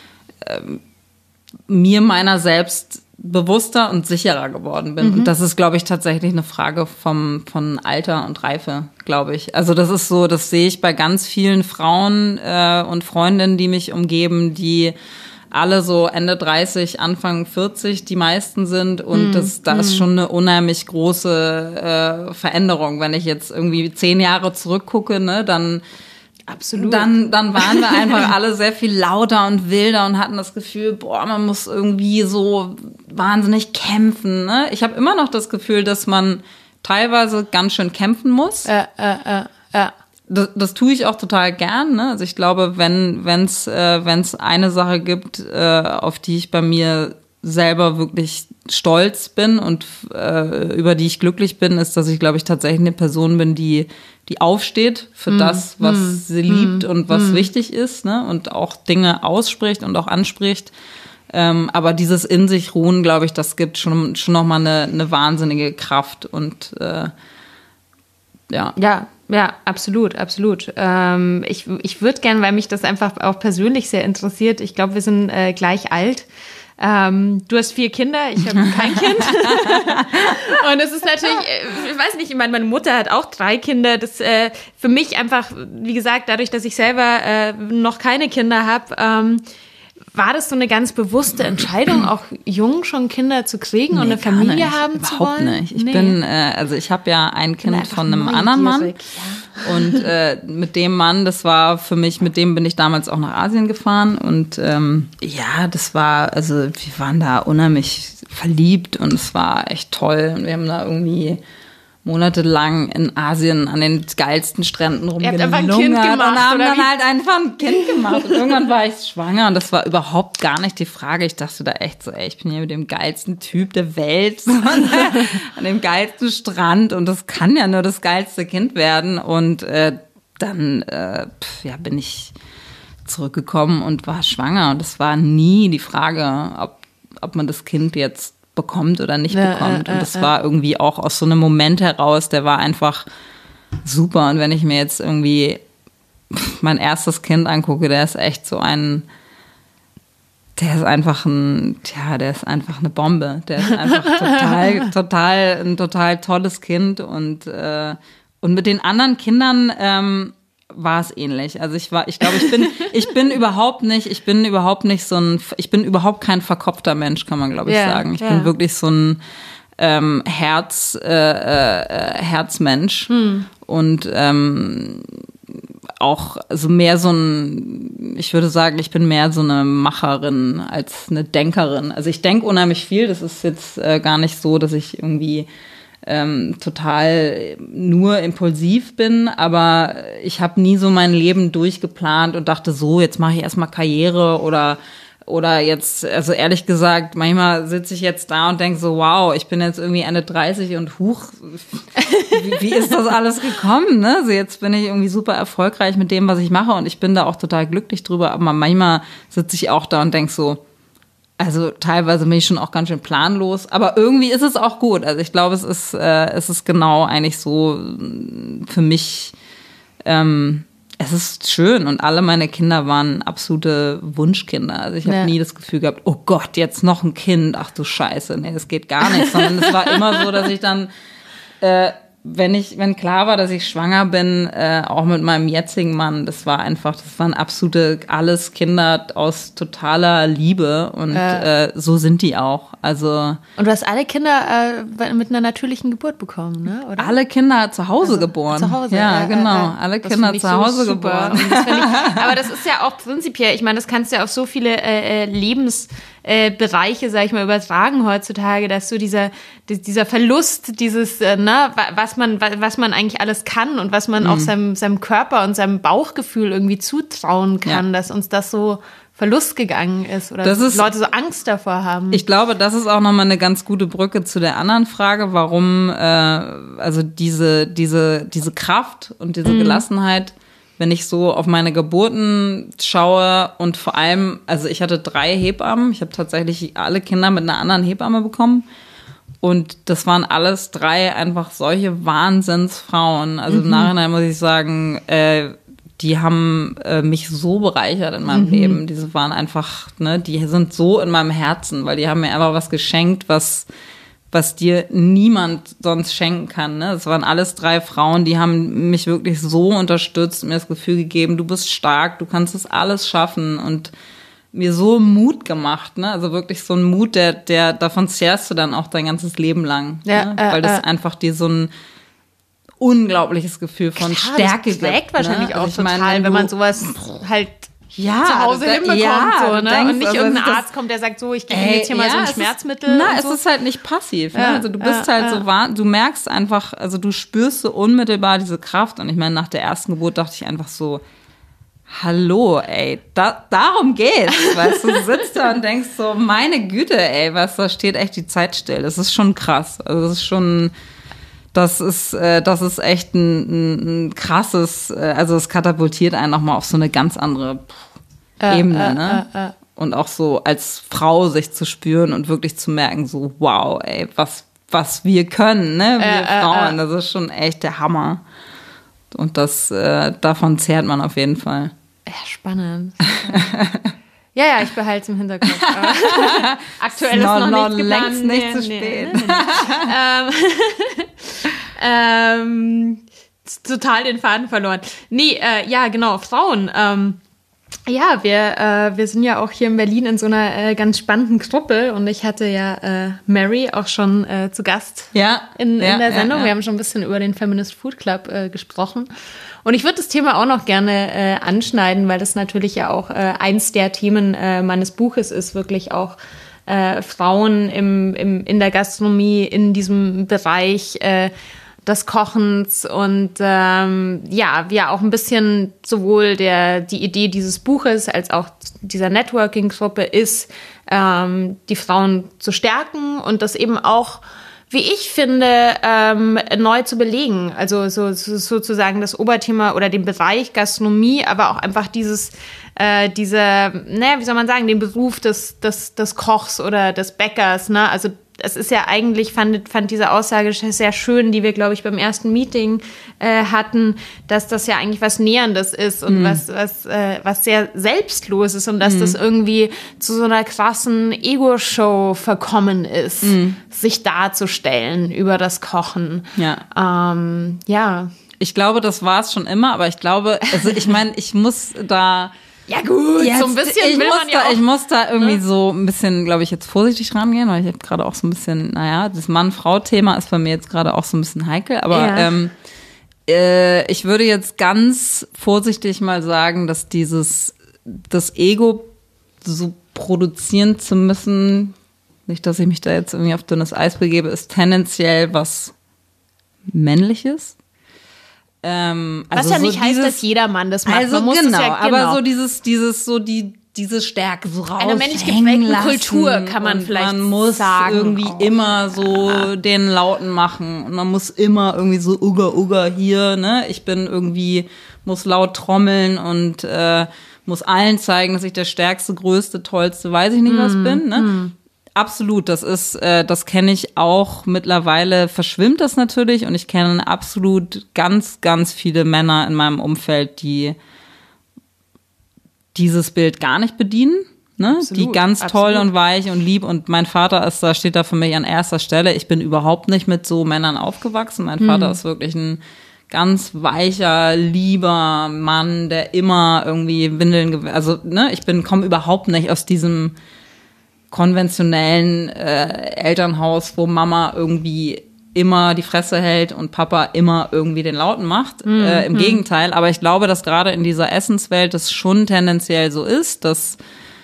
mir meiner selbst bewusster und sicherer geworden bin. Und das ist, glaube ich, tatsächlich eine Frage von Alter und Reife, glaube ich. Also das ist so, das sehe ich bei ganz vielen Frauen und Freundinnen, die mich umgeben, die alle so Ende 30, Anfang 40 die meisten sind und da ist schon eine unheimlich große Veränderung. Wenn ich jetzt irgendwie 10 Jahre zurückgucke, ne, dann absolut. Dann waren wir einfach alle sehr viel lauter und wilder und hatten das Gefühl, boah, man muss irgendwie so wahnsinnig kämpfen. Ne? Ich habe immer noch das Gefühl, dass man teilweise ganz schön kämpfen muss. Das tue ich auch total gern. Ne? Also ich glaube, wenn's eine Sache gibt, auf die ich bei mir selber wirklich stolz bin und über die ich glücklich bin, ist, dass ich, glaube ich, tatsächlich eine Person bin, die aufsteht für das, was sie liebt und was wichtig ist, ne? Und auch Dinge ausspricht und auch anspricht. Aber dieses in sich ruhen, glaube ich, das gibt schon noch mal eine wahnsinnige Kraft und ja. Ja, absolut. Ich würde gern, weil mich das einfach auch persönlich sehr interessiert, ich glaube, wir sind gleich alt. Du hast 4 Kinder, ich habe kein Kind. Und es ist natürlich, ich weiß nicht, ich meine Mutter hat auch 3 Kinder. Das für mich einfach, wie gesagt, dadurch, dass ich selber noch keine Kinder habe, war das so eine ganz bewusste Entscheidung, auch jung schon Kinder zu kriegen und eine Familie haben zu wollen? Überhaupt nicht. Ich habe ja ein Kind von einem anderen Mann. Ja. Und mit dem Mann, mit dem bin ich damals auch nach Asien gefahren. Und das war, also wir waren da unheimlich verliebt und es war echt toll. Und wir haben da irgendwie monatelang in Asien an den geilsten Stränden rumgelungert. Ihr habt einfach ein Kind gemacht, und haben oder dann halt einfach ein Kind gemacht. Und irgendwann war ich schwanger und das war überhaupt gar nicht die Frage. Ich dachte da echt so, ey, ich bin hier mit dem geilsten Typ der Welt an dem geilsten Strand und das kann ja nur das geilste Kind werden. Und dann bin ich zurückgekommen und war schwanger. Und es war nie die Frage, ob man das Kind jetzt bekommt oder nicht bekommt. Und das war irgendwie auch aus so einem Moment heraus, der war einfach super. Und wenn ich mir jetzt irgendwie mein erstes Kind angucke, der ist echt so der ist einfach eine Bombe. Der ist einfach ein total tolles Kind. Und mit den anderen Kindern war es ähnlich. Also ich bin überhaupt kein verkopfter Mensch, kann man glaube ich sagen. Ich bin wirklich so ein Herzmensch und auch so mehr ich würde sagen, ich bin mehr so eine Macherin als eine Denkerin. Also ich denke unheimlich viel. Das ist jetzt gar nicht so, dass ich irgendwie total nur impulsiv bin, aber ich habe nie so mein Leben durchgeplant und dachte so, jetzt mache ich erstmal Karriere oder jetzt, also ehrlich gesagt, manchmal sitze ich jetzt da und denke so, wow, ich bin jetzt irgendwie Ende 30 und huch, wie ist das alles gekommen, ne? Also jetzt bin ich irgendwie super erfolgreich mit dem, was ich mache und ich bin da auch total glücklich drüber, aber manchmal sitze ich auch da und denke so, Also teilweise bin ich schon auch ganz schön planlos, aber irgendwie ist es auch gut. Also ich glaube, es ist genau eigentlich so für mich, es ist schön und alle meine Kinder waren absolute Wunschkinder. Also ich habe nie das Gefühl gehabt, oh Gott, jetzt noch ein Kind, ach du Scheiße, nee, das geht gar nicht. Sondern es war immer so, dass ich dann, wenn klar war, dass ich schwanger bin, auch mit meinem jetzigen Mann, das waren absolute alles Kinder aus totaler Liebe und so sind die auch. Also und du hast alle Kinder mit einer natürlichen Geburt bekommen, ne? Oder? Alle Kinder zu Hause geboren. Zu Hause, ja, genau. Alle Kinder zu Hause so geboren. Aber das ist ja auch prinzipiell, ich meine, das kannst du ja auf so viele Lebensbereiche, sag ich mal, übertragen heutzutage, dass so dieser Verlust, dieses, was man eigentlich alles kann und was man auch seinem Körper und seinem Bauchgefühl irgendwie zutrauen kann, dass uns das so Verlust gegangen ist oder Leute so Angst davor haben. Ich glaube, das ist auch nochmal eine ganz gute Brücke zu der anderen Frage, warum also diese Kraft und diese Gelassenheit, wenn ich so auf meine Geburten schaue und vor allem, also ich hatte 3 Hebammen, ich habe tatsächlich alle Kinder mit einer anderen Hebamme bekommen und das waren alles 3 einfach solche Wahnsinnsfrauen. Also im Nachhinein muss ich sagen, die haben mich so bereichert in meinem Leben. Diese waren einfach, die sind so in meinem Herzen, weil die haben mir einfach was geschenkt, was dir niemand sonst schenken kann. Ne? Das waren alles 3 Frauen, die haben mich wirklich so unterstützt, mir das Gefühl gegeben, du bist stark, du kannst das alles schaffen und mir so Mut gemacht. Ne? Also wirklich so ein Mut, der davon zehrst du dann auch dein ganzes Leben lang. Ja, weil das einfach dir so ein unglaubliches Gefühl von Stärke gibt. Das trägt wahrscheinlich auch also total, wenn man sowas halt zu Hause hinbekommt. Und nicht irgendein Arzt kommt, der sagt so, ich gebe jetzt hier mal so ein Schmerzmittel. Es ist halt nicht passiv. Ne? Also du bist du merkst einfach, also du spürst so unmittelbar diese Kraft. Und ich meine, nach der ersten Geburt dachte ich einfach so, hallo, ey, darum geht's. Weißt du, sitzt da und denkst so, meine Güte, ey, da steht echt die Zeit still. Das ist schon krass. Also das ist schon... Das ist echt ein krasses, also es katapultiert einen nochmal auf so eine ganz andere Ebene, ne? Und auch so als Frau sich zu spüren und wirklich zu merken, so wow, ey, was wir können, ne? Wir Frauen, das ist schon echt der Hammer. Und davon zehrt man auf jeden Fall. Ja, spannend. Ja, ich behalte es im Hinterkopf. Aktuell ist noch nichts geplant. Längst nicht zu spät. Total den Faden verloren. Ja, genau, Frauen. Wir sind ja auch hier in Berlin in so einer ganz spannenden Gruppe und ich hatte ja Mary auch schon zu Gast in der Sendung. Wir haben schon ein bisschen über den Feminist Food Club gesprochen. Und ich würde das Thema auch noch gerne anschneiden, weil das natürlich ja auch eins der Themen meines Buches ist, wirklich auch Frauen in der Gastronomie, in diesem Bereich des Kochens und wir auch ein bisschen sowohl die Idee dieses Buches als auch dieser Networking-Gruppe ist, die Frauen zu stärken und das eben auch, wie ich finde, neu zu belegen. Also sozusagen das Oberthema oder den Bereich Gastronomie, aber auch einfach wie soll man sagen, den Beruf des Kochs oder des Bäckers, ne? Also es ist ja eigentlich, fand diese Aussage sehr schön, die wir, glaube ich, beim ersten Meeting hatten, dass das ja eigentlich was Näherndes ist und was sehr Selbstloses und dass das irgendwie zu so einer krassen Ego-Show verkommen ist, sich darzustellen über das Kochen. Ja. Ich glaube, das war es schon immer, aber ich glaube, also ich meine, ich muss da... Ja gut, jetzt, so ein bisschen ich muss da irgendwie so ein bisschen, glaube ich, jetzt vorsichtig rangehen, weil ich habe gerade auch so ein bisschen, das Mann-Frau-Thema ist bei mir jetzt gerade auch so ein bisschen heikel, aber ich würde jetzt ganz vorsichtig mal sagen, dass das Ego so produzieren zu müssen, nicht, dass ich mich da jetzt irgendwie auf dünnes Eis begebe, ist tendenziell was Männliches. Was ja nicht heißt, dass jeder Mann das macht. Also aber so diese Stärke so raus. Eine männlich geprägte Kultur kann man vielleicht sagen. Man muss irgendwie immer so den Lauten machen und man muss immer irgendwie so Uga hier, ne? Ich bin irgendwie, muss laut trommeln und muss allen zeigen, dass ich der stärkste, größte, tollste, weiß ich nicht was bin, ne? Absolut, das kenne ich auch. Mittlerweile verschwimmt das natürlich und ich kenne absolut ganz, ganz viele Männer in meinem Umfeld, die dieses Bild gar nicht bedienen, ne? Absolut, Die ganz toll absolut. und weich und lieb und mein Vater steht da für mich an erster Stelle. Ich bin überhaupt nicht mit so Männern aufgewachsen. Mein Vater ist wirklich ein ganz weicher, lieber Mann, der immer irgendwie Windeln, also ne, komme überhaupt nicht aus diesem konventionellen Elternhaus, wo Mama irgendwie immer die Fresse hält und Papa immer irgendwie den Lauten macht. Im Gegenteil. Aber ich glaube, dass gerade in dieser Essenswelt das schon tendenziell so ist, dass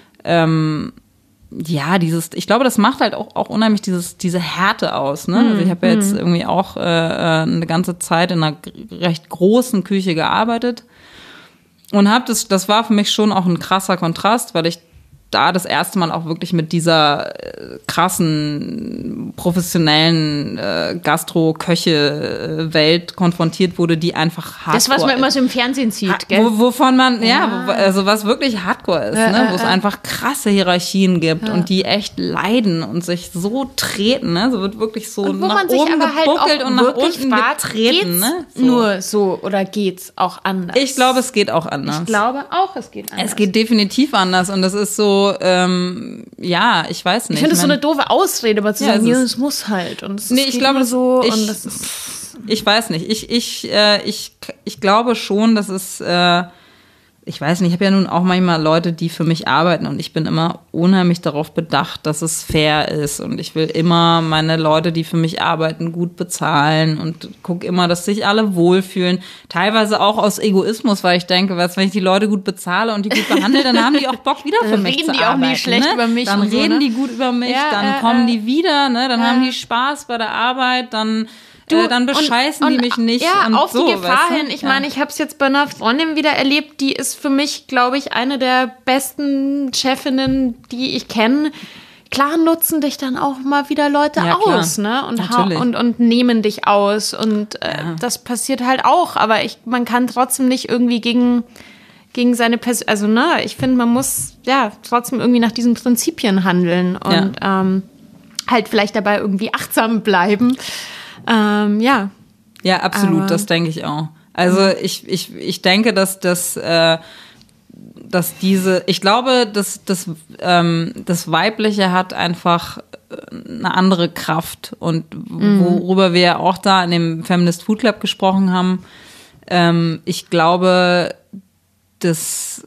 ich glaube, das macht halt auch unheimlich diese Härte aus. Ne? Also ich habe ja jetzt irgendwie auch eine ganze Zeit in einer recht großen Küche gearbeitet und das war für mich schon auch ein krasser Kontrast, weil ich da das erste Mal auch wirklich mit dieser krassen, professionellen Gastro-Köche-Welt konfrontiert wurde, die einfach hardcore Das, was man immer so im Fernsehen sieht, gell? Wovon man, also was wirklich hardcore ist, ne? Wo es einfach krasse Hierarchien gibt und die echt leiden und sich so treten, ne? So wird wirklich so und wo nach man sich oben aber halt gebuckelt auch und nach wirklich unten fragt, getreten, geht's ne? So. nur so oder geht's auch anders? Ich glaube, es geht auch anders. Ich glaube auch, es geht anders. Es geht definitiv anders und das ist so, ich weiß nicht. Ich finde es so eine doofe Ausrede, aber zu sagen, es es muss halt. Und es ich glaube, und das ist. Ich weiß nicht. Ich glaube schon, dass es, ich weiß nicht, ich habe ja nun auch manchmal Leute, die für mich arbeiten und ich bin immer unheimlich darauf bedacht, dass es fair ist und ich will immer meine Leute, die für mich arbeiten, gut bezahlen und gucke immer, dass sich alle wohlfühlen. Teilweise auch aus Egoismus, weil ich denke, wenn ich die Leute gut bezahle und die gut behandle, dann haben die auch Bock, wieder für mich zu arbeiten. Reden die auch nie schlecht über mich. Dann und so, reden ne? die gut über mich, Ja, dann kommen die wieder, ne? Dann haben die Spaß bei der Arbeit, dann bescheißen die mich nicht. Ja, und auf so, die Gefahr weißt du? hin. Ich meine, ich habe es jetzt bei einer Freundin wieder erlebt, die ist für mich, glaube ich, eine der besten Chefinnen, die ich kenne. Klar nutzen dich dann auch mal wieder Leute aus, ne? Und nehmen dich aus. Und das passiert halt auch. Aber man kann trotzdem nicht irgendwie gegen seine Person, also ne, ich finde, man muss ja trotzdem irgendwie nach diesen Prinzipien handeln und halt vielleicht dabei irgendwie achtsam bleiben. Ja, absolut, aber das denke ich auch. Also ich denke, dass ich glaube, dass das Weibliche hat einfach eine andere Kraft und worüber wir ja auch da in dem Feminist Food Club gesprochen haben, ich glaube, dass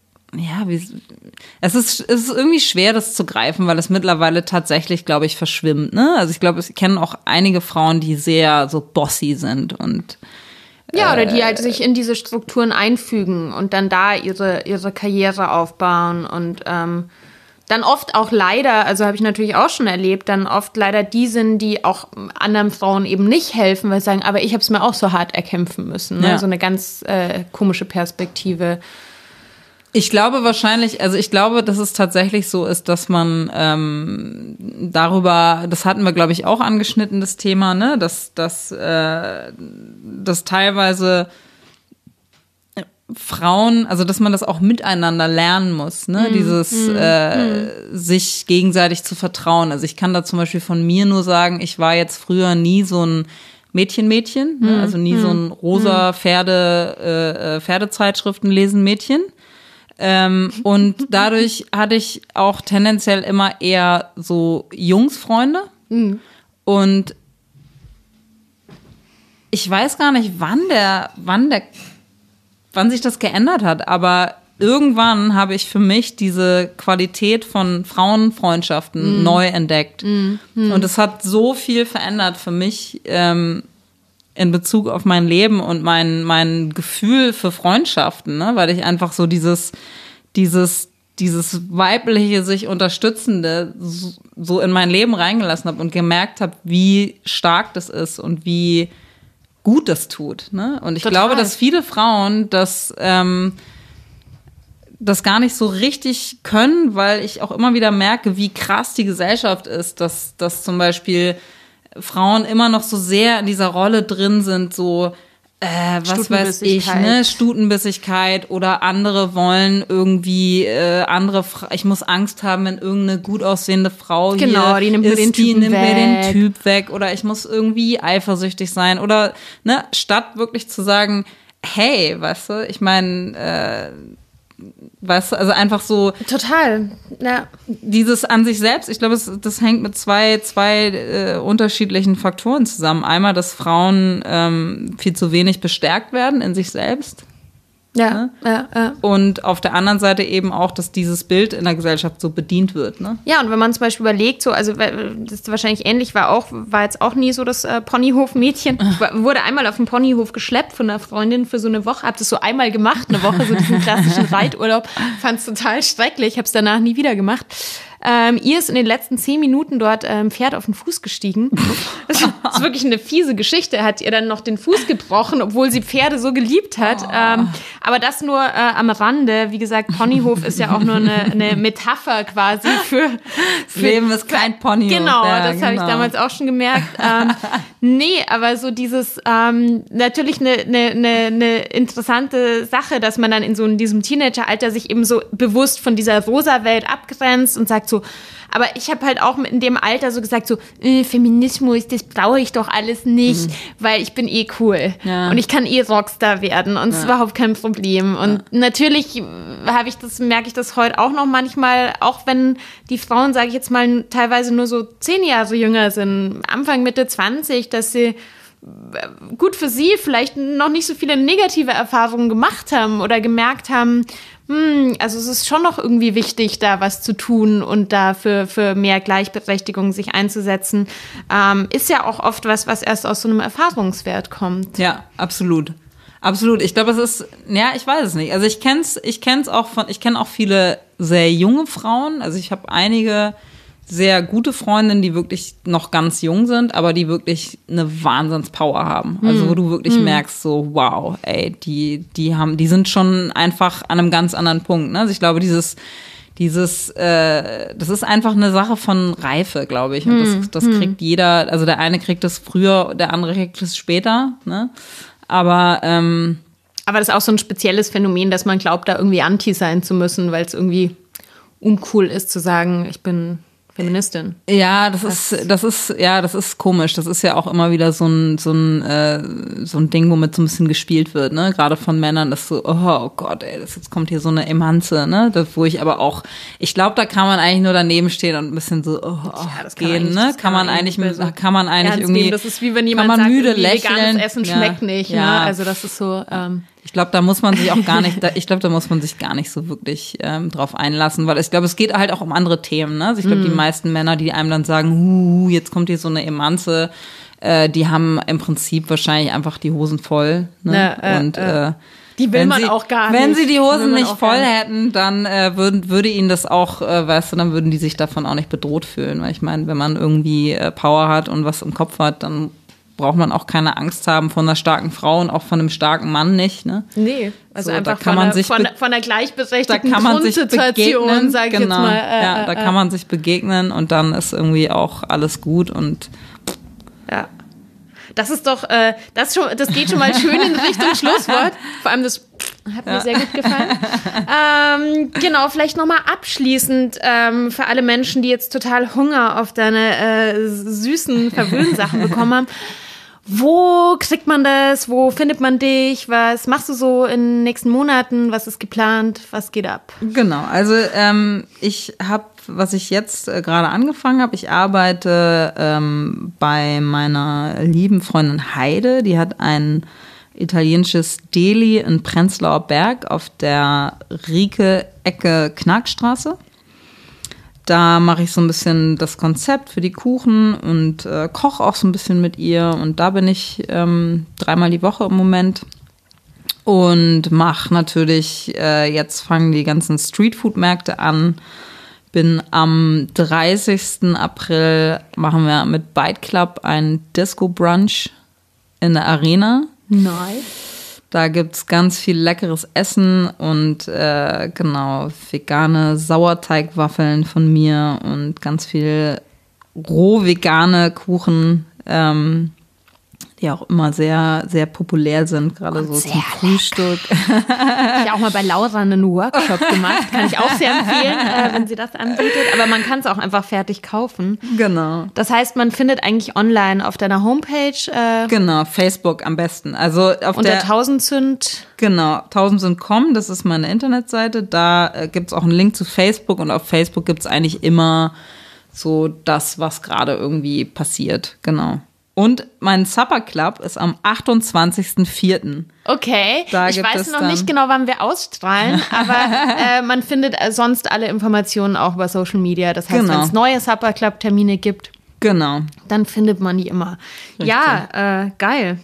es ist irgendwie schwer, das zu greifen, weil es mittlerweile tatsächlich, glaube ich, verschwimmt. Ne? Also ich glaube, ich kenne auch einige Frauen, die sehr so bossy sind und oder die halt sich in diese Strukturen einfügen und dann da ihre Karriere aufbauen und dann oft auch leider, also habe ich natürlich auch schon erlebt, dann oft leider die sind, die auch anderen Frauen eben nicht helfen, weil sie sagen, aber ich habe es mir auch so hart erkämpfen müssen. Ne? Ja. So eine ganz komische Perspektive. Ich glaube wahrscheinlich, also ich glaube, dass es tatsächlich so ist, dass man darüber, das hatten wir, glaube ich, auch angeschnitten, das Thema, ne, dass teilweise Frauen, also dass man das auch miteinander lernen muss, ne, sich gegenseitig zu vertrauen. Also ich kann da zum Beispiel von mir nur sagen, ich war jetzt früher nie so ein Mädchen, ne, also nie so ein rosa Pferdezeitschriften lesen Mädchen. Und dadurch hatte ich auch tendenziell immer eher so Jungsfreunde. Und ich weiß gar nicht, wann sich das geändert hat, aber irgendwann habe ich für mich diese Qualität von Frauenfreundschaften neu entdeckt. Und es hat so viel verändert für mich, in Bezug auf mein Leben und mein Gefühl für Freundschaften, ne? Weil ich einfach so dieses weibliche, sich unterstützende so in mein Leben reingelassen habe und gemerkt habe, wie stark das ist und wie gut das tut, ne? Und ich glaube, dass viele Frauen das gar nicht so richtig können, weil ich auch immer wieder merke, wie krass die Gesellschaft ist, dass zum Beispiel Frauen immer noch so sehr in dieser Rolle drin sind, so was weiß ich, ne, Stutenbissigkeit oder andere wollen irgendwie ich muss Angst haben, wenn irgendeine gut aussehende Frau hier die nimmt mir den Typ weg oder ich muss irgendwie eifersüchtig sein oder ne, statt wirklich zu sagen, hey, weißt du, ich meine, weißt du, also einfach so. Total, ja. Dieses an sich selbst, ich glaube, das hängt mit zwei unterschiedlichen Faktoren zusammen. Einmal, dass Frauen viel zu wenig bestärkt werden in sich selbst. Ja, ne? Ja. Und auf der anderen Seite eben auch, dass dieses Bild in der Gesellschaft so bedient wird. Ne? Ja, und wenn man zum Beispiel überlegt, so, also das ist wahrscheinlich ähnlich, war jetzt auch nie so das Ponyhof-Mädchen. Ich wurde einmal auf den Ponyhof geschleppt von einer Freundin für so eine Woche, hab das so einmal gemacht, eine Woche, so diesen klassischen Reiturlaub. Fand's total schrecklich, hab's danach nie wieder gemacht. Ihr ist in den letzten 10 Minuten dort Pferd auf den Fuß gestiegen. Das ist wirklich eine fiese Geschichte. Hat ihr dann noch den Fuß gebrochen, obwohl sie Pferde so geliebt hat. Aber das nur am Rande. Wie gesagt, Ponyhof ist ja auch nur eine Metapher quasi für Leben ist kein Ponyhof. Genau, ja, das habe ich damals auch schon gemerkt. Nee, aber so dieses natürlich eine interessante Sache, dass man dann in diesem Teenageralter sich eben so bewusst von dieser rosa Welt abgrenzt und sagt so, aber ich habe halt auch in dem Alter so gesagt, so Feminismus, das brauche ich doch alles nicht, weil ich bin cool und ich kann Rockstar werden und es ist überhaupt kein Problem. Und natürlich merke ich das heute auch noch manchmal, auch wenn die Frauen, sage ich jetzt mal, teilweise nur so 10 Jahre jünger sind, Anfang, Mitte 20, dass sie gut für sie vielleicht noch nicht so viele negative Erfahrungen gemacht haben oder gemerkt haben, also es ist schon noch irgendwie wichtig, da was zu tun und da für mehr Gleichberechtigung sich einzusetzen. Ist ja auch oft was erst aus so einem Erfahrungswert kommt. Ja, absolut. Absolut. Ich glaube, es ist, ja, ich weiß es nicht. Also ich kenne auch viele sehr junge Frauen. Also ich habe einige sehr gute Freundinnen, die wirklich noch ganz jung sind, aber die wirklich eine Wahnsinnspower haben. Also wo du wirklich merkst, so wow, ey, die sind schon einfach an einem ganz anderen Punkt. Ne? Also ich glaube, das ist einfach eine Sache von Reife, glaube ich. Und das kriegt jeder, also der eine kriegt es früher, der andere kriegt es später. Ne? Aber das ist auch so ein spezielles Phänomen, dass man glaubt, da irgendwie anti sein zu müssen, weil es irgendwie uncool ist zu sagen, ich bin Feministin. Ja, das ist komisch. Das ist ja auch immer wieder so ein Ding, womit so ein bisschen gespielt wird, ne? Gerade von Männern, das so, oh Gott, ey, jetzt kommt hier so eine Emanze, ne? Das, wo ich aber auch, ich glaube, da kann man eigentlich nur daneben stehen und ein bisschen so, das gehen, ne? Kann man eigentlich irgendwie, nehmen. Das ist wie wenn jemand sagt, müde lächeln. Veganes Essen schmeckt nicht, ne? Also das ist so, ich glaube, da muss man sich auch gar nicht, gar nicht so wirklich drauf einlassen, weil ich glaube, es geht halt auch um andere Themen. Ne? Also ich glaube, die meisten Männer, die einem dann sagen, jetzt kommt hier so eine Emanze, die haben im Prinzip wahrscheinlich einfach die Hosen voll. Ne? Und die will man auch gar nicht. Wenn sie die Hosen nicht voll hätten, dann würde ihnen das auch, dann würden die sich davon auch nicht bedroht fühlen. Weil ich meine, wenn man irgendwie Power hat und was im Kopf hat, dann braucht man auch keine Angst haben vor einer starken Frau und auch von einem starken Mann nicht, ne? Nee, also so, einfach von einer gleichberechtigten da kann man Grundsituation, sag ich jetzt mal. Da kann man sich begegnen und dann ist irgendwie auch alles gut und ja. Das ist doch, das geht schon mal schön in Richtung Schlusswort. Vor allem das hat mir sehr gut gefallen. Genau, vielleicht nochmal abschließend für alle Menschen, die jetzt total Hunger auf deine süßen Verwöhnsachen bekommen haben. Wo kriegt man das? Wo findet man dich? Was machst du so in den nächsten Monaten? Was ist geplant? Was geht ab? Genau, also was ich jetzt gerade angefangen habe, ich arbeite bei meiner lieben Freundin Heide. Die hat ein italienisches Deli in Prenzlauer Berg auf der Rieke-Ecke Knackstraße. Da mache ich so ein bisschen das Konzept für die Kuchen und koche auch so ein bisschen mit ihr. Und da bin ich 3-mal die Woche im Moment. Und mache natürlich, jetzt fangen die ganzen Streetfood-Märkte an. Bin am 30. April, machen wir mit Bite Club einen Disco-Brunch in der Arena. Nice. Da gibt's ganz viel leckeres Essen und vegane Sauerteigwaffeln von mir und ganz viel roh vegane Kuchen. die auch immer sehr, sehr populär sind, gerade so zum Frühstück. Ich habe auch mal bei Laura einen Workshop gemacht, kann ich auch sehr empfehlen, wenn sie das anbietet. Aber man kann es auch einfach fertig kaufen. Genau. Das heißt, man findet eigentlich online auf deiner Homepage. Genau, Facebook am besten. Also auf unter der 1000 Sünd. Genau, 1000 Sünd.com, das ist meine Internetseite. Da gibt's auch einen Link zu Facebook und auf Facebook gibt's eigentlich immer so das, was gerade irgendwie passiert. Genau. Und mein Supper Club ist am 28.04. Okay, ich weiß noch nicht genau, wann wir ausstrahlen, aber man findet sonst alle Informationen auch über Social Media. Das heißt, wenn es neue Supper Club Termine gibt, dann findet man die immer. Richtig. Ja, geil.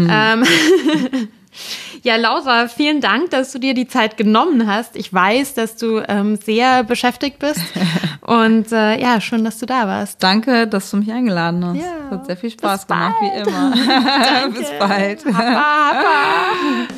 Ja, Laura, vielen Dank, dass du dir die Zeit genommen hast. Ich weiß, dass du sehr beschäftigt bist und ja, schön, dass du da warst. Danke, dass du mich eingeladen hast. Ja, hat sehr viel Spaß gemacht, wie immer. Danke. Bis bald. Happa, happa.